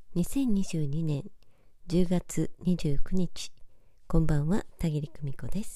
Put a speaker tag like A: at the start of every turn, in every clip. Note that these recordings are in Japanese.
A: 2022年10月29日、こんばんは、田切久美子です。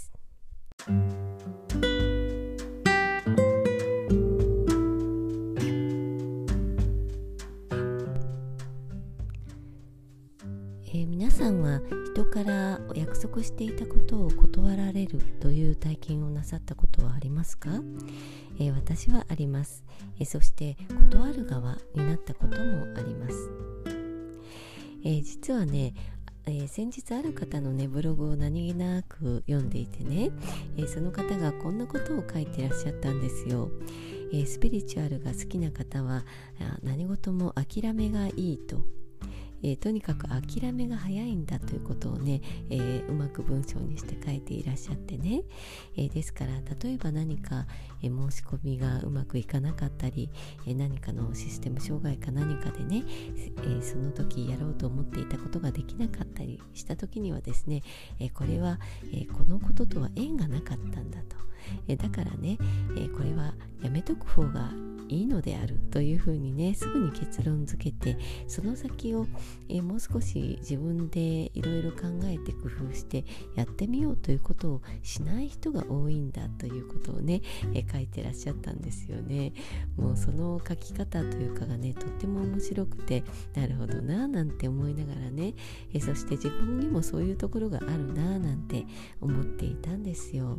A: 皆さんは人から約束していたことを断られるという体験をなさったことはありますか？私はあります。そして断る側になったこともあります。実はね、先日ある方のねブログを何気なく読んでいてね、その方がこんなことを書いてらっしゃったんですよ。スピリチュアルが好きな方は何事も諦めがいいと、とにかく諦めが早いんだということをね、うまく文章にして書いていらっしゃってね、ですから例えば何か、申し込みがうまくいかなかったり、何かのシステム障害か何かでね、その時やろうと思っていたことができなかったりした時にはですね、これは、このこととは縁がなかったんだと、だからね、これはやめとく方がいいのであるというふうにね、すぐに結論付けて、その先を、もう少し自分でいろいろ考えて工夫してやってみようということをしない人が多いんだということをね、書いてらっしゃったんですよね。もうその書き方というかがね、とっても面白くて、なるほどななんて思いながらね、そして自分にもそういうところがあるななんて思っていたんですよ。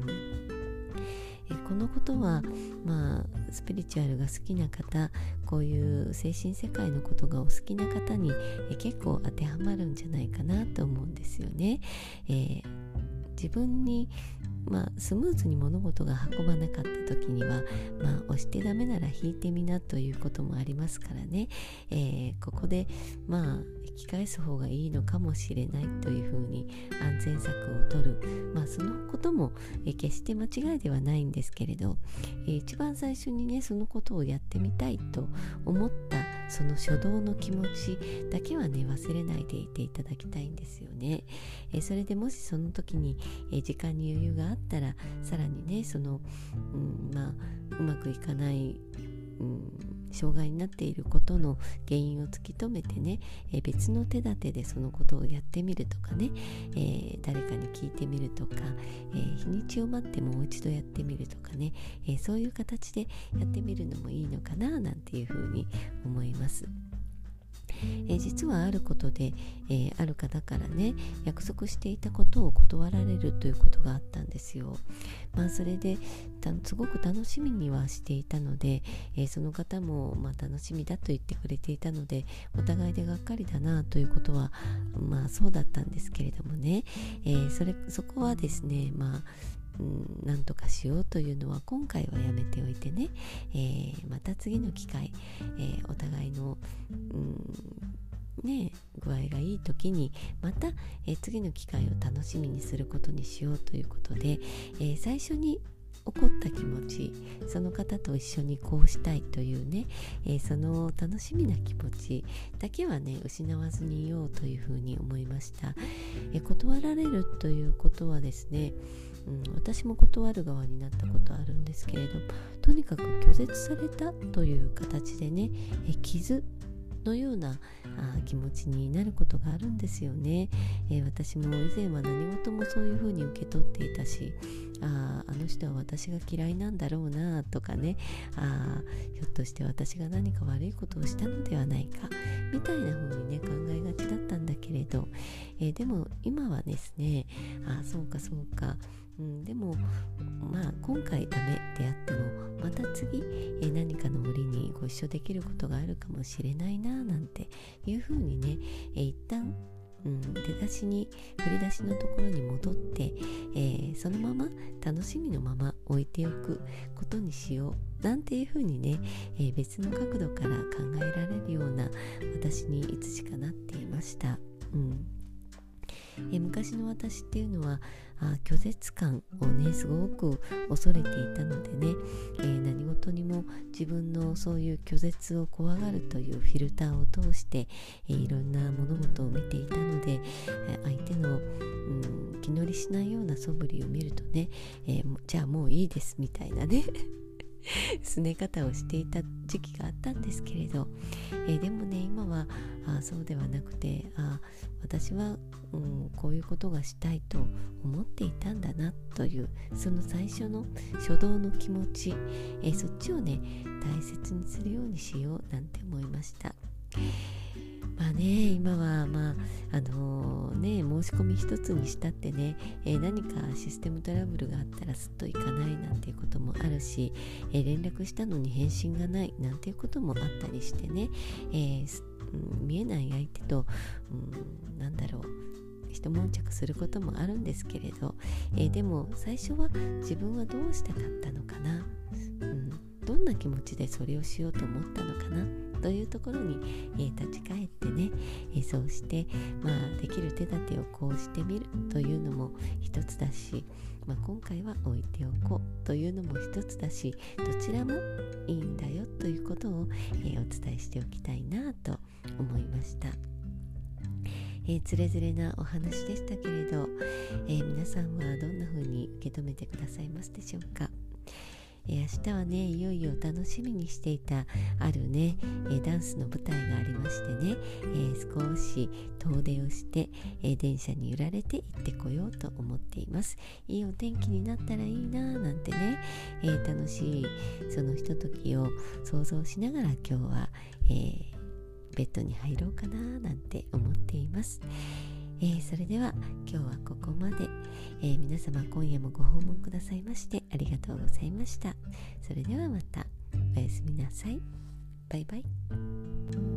A: このことは、スピリチュアルが好きな方、こういう精神世界のことがお好きな方に結構当てはまるんじゃないかなと思うんですよね。自分にスムーズに物事が運ばなかった時には、押してダメなら引いてみなということもありますからね、ここで引き返す方がいいのかもしれないというふうに安全策を取る、そのことも決して間違いではないんですけれど、一番最初にねそのことをやってみたいと思ったその初動の気持ちだけはね忘れないでいていただきたいんですよね。それでもしその時に時間に余裕があったら、さらにねその、うまくいかない、障害になっていることの原因を突き止めてね、別の手立てでそのことをやってみるとかね、誰かに聞いてみるとか、日にちを待ってもう一度やってみるとかね、そういう形でやってみるのもいいのかななんていうふうに思います。実はあることで、ある方からね約束していたことを断られるということがあったんですよ。それですごく楽しみにはしていたので、その方も楽しみだと言ってくれていたので、お互いでがっかりだなということはそうだったんですけれどもね、そこはですねなんとかしようというのは今回はやめておいてね、また次の機会、お互いの、具合がいい時にまた、次の機会を楽しみにすることにしようということで、最初に起こった気持ち、その方と一緒にこうしたいというね、その楽しみな気持ちだけはね失わずにいようというふうに思いました。断られるということはですね、私も断る側になったことあるんですけれど、とにかく拒絶されたという形でね、傷のような気持ちになることがあるんですよね。私も以前は何事もそういうふうに受け取っていたし、あの人は私が嫌いなんだろうなとかね、ひょっとして私が何か悪いことをしたのではないかみたいな風にね考えがちだったんだけれど、でも今はですね、そうか、でも今回ダメであってもまた次、何かの折にご一緒できることがあるかもしれないななんていう風にね、一旦振り出しのところに戻って、そのまま楽しみのまま置いておくことにしようなんていうふうにね、別の角度から考えられるような私にいつしかなっていました。昔の私っていうのは拒絶感をねすごく恐れていたのでね、何事にも自分のそういう拒絶を怖がるというフィルターを通して、いろんな物事を見ていたので、相手の、気乗りしないような素振りを見るとね、じゃあもういいですみたいなね拗ね方をしていた時期があったんですけれど、でもね今はそうではなくて、私は、こういうことがしたいと思っていたんだなという、その最初の初動の気持ち、そっちをね大切にするようにしようなんて思いました。今は申し込み一つにしたってね、何かシステムトラブルがあったらすっといかないなんていうこともあるし、連絡したのに返信がないなんていうこともあったりしてね、見えない相手と、一悶着することもあるんですけれど、でも最初は自分はどうしたかったのかな、どんな気持ちでそれをしようと思ったのかなというところに、立ち返ってね、そうして、できる手立てをこうしてみるというのも一つだし、今回は置いておこうというのも一つだし、どちらもいいんだよということを、お伝えしておきたいなと思いました。つれづれなお話でしたけれど、皆さんはどんな風に受け止めてくださいますでしょうか。明日はね、いよいよ楽しみにしていたあるね、ダンスの舞台がありましてね、少し遠出をして、電車に揺られて行ってこようと思っています。いいお天気になったらいいななんてね、楽しいそのひとときを想像しながら今日は、ベッドに入ろうかななんて思っています。それでは今日はここまで。皆様今夜もご訪問くださいましてありがとうございました。それではまたおやすみなさい。バイバイ。